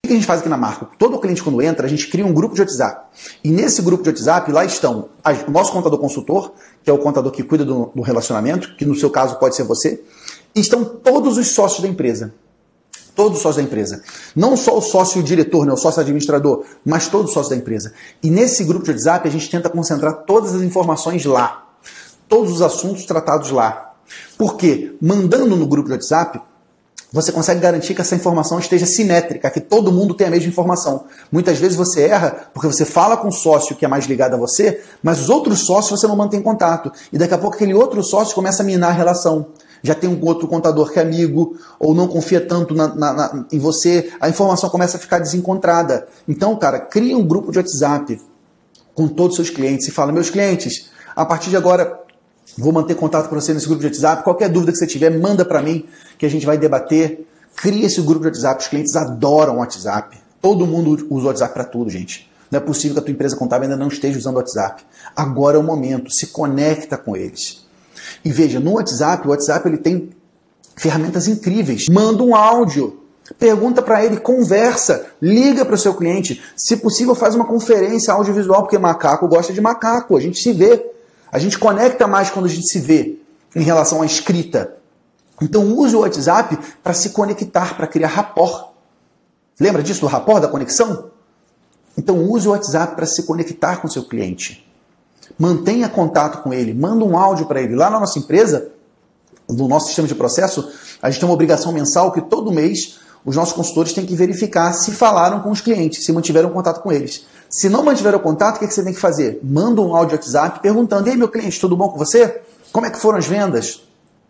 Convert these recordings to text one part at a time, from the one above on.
que a gente faz aqui na Marco? Todo cliente, quando entra, a gente cria um grupo de WhatsApp. E nesse grupo de WhatsApp, lá estão o nosso contador consultor, que é o contador que cuida do relacionamento, que no seu caso pode ser você, e estão todos os sócios da empresa. Todos os sócios da empresa. Não só o sócio diretor, né, o sócio administrador, mas todos os sócios da empresa. E nesse grupo de WhatsApp, a gente tenta concentrar todas as informações lá. Todos os assuntos tratados lá. Por quê? Mandando no grupo de WhatsApp, você consegue garantir que essa informação esteja simétrica, que todo mundo tenha a mesma informação. Muitas vezes você erra porque você fala com o sócio que é mais ligado a você, mas os outros sócios você não mantém contato. E daqui a pouco aquele outro sócio começa a minar a relação. Já tem um outro contador que é amigo, ou não confia tanto em você, a informação começa a ficar desencontrada. Então, cara, cria um grupo de WhatsApp com todos os seus clientes e fala, meus clientes, a partir de agora vou manter contato com você nesse grupo de WhatsApp. Qualquer dúvida que você tiver, manda para mim que a gente vai debater. Cria esse grupo de WhatsApp. Os clientes adoram o WhatsApp. Todo mundo usa o WhatsApp para tudo, gente. Não é possível que a tua empresa contábil ainda não esteja usando o WhatsApp. Agora é o momento. Se conecta com eles. E veja, no WhatsApp, o WhatsApp ele tem ferramentas incríveis. Manda um áudio. Pergunta para ele, conversa, liga para o seu cliente. Se possível, faz uma conferência audiovisual, porque macaco gosta de macaco. A gente se vê. A gente conecta mais quando a gente se vê em relação à escrita. Então use o WhatsApp para se conectar, para criar rapport. Lembra disso, do rapport, da conexão? Então use o WhatsApp para se conectar com o seu cliente. Mantenha contato com ele, manda um áudio para ele. Lá na nossa empresa, no nosso sistema de processo, a gente tem uma obrigação mensal que todo mês os nossos consultores têm que verificar se falaram com os clientes, se mantiveram contato com eles. Se não mantiveram contato, o que você tem que fazer? Manda um áudio WhatsApp perguntando, ei meu cliente, tudo bom com você? Como é que foram as vendas?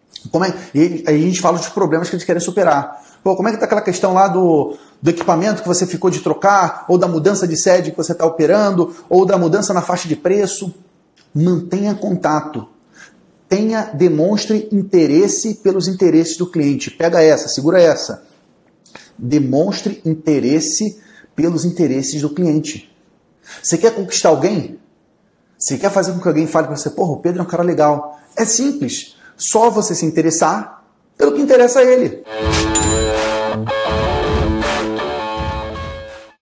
E aí a gente fala dos problemas que eles querem superar. Pô, como é que está aquela questão lá do equipamento que você ficou de trocar, ou da mudança de sede que você está operando, ou da mudança na faixa de preço? Mantenha contato. Demonstre interesse pelos interesses do cliente. Pega essa, segura essa. Demonstre interesse pelos interesses do cliente. Você quer conquistar alguém? Você quer fazer com que alguém fale para você, porra, o Pedro é um cara legal. É simples. Só você se interessar pelo que interessa a ele.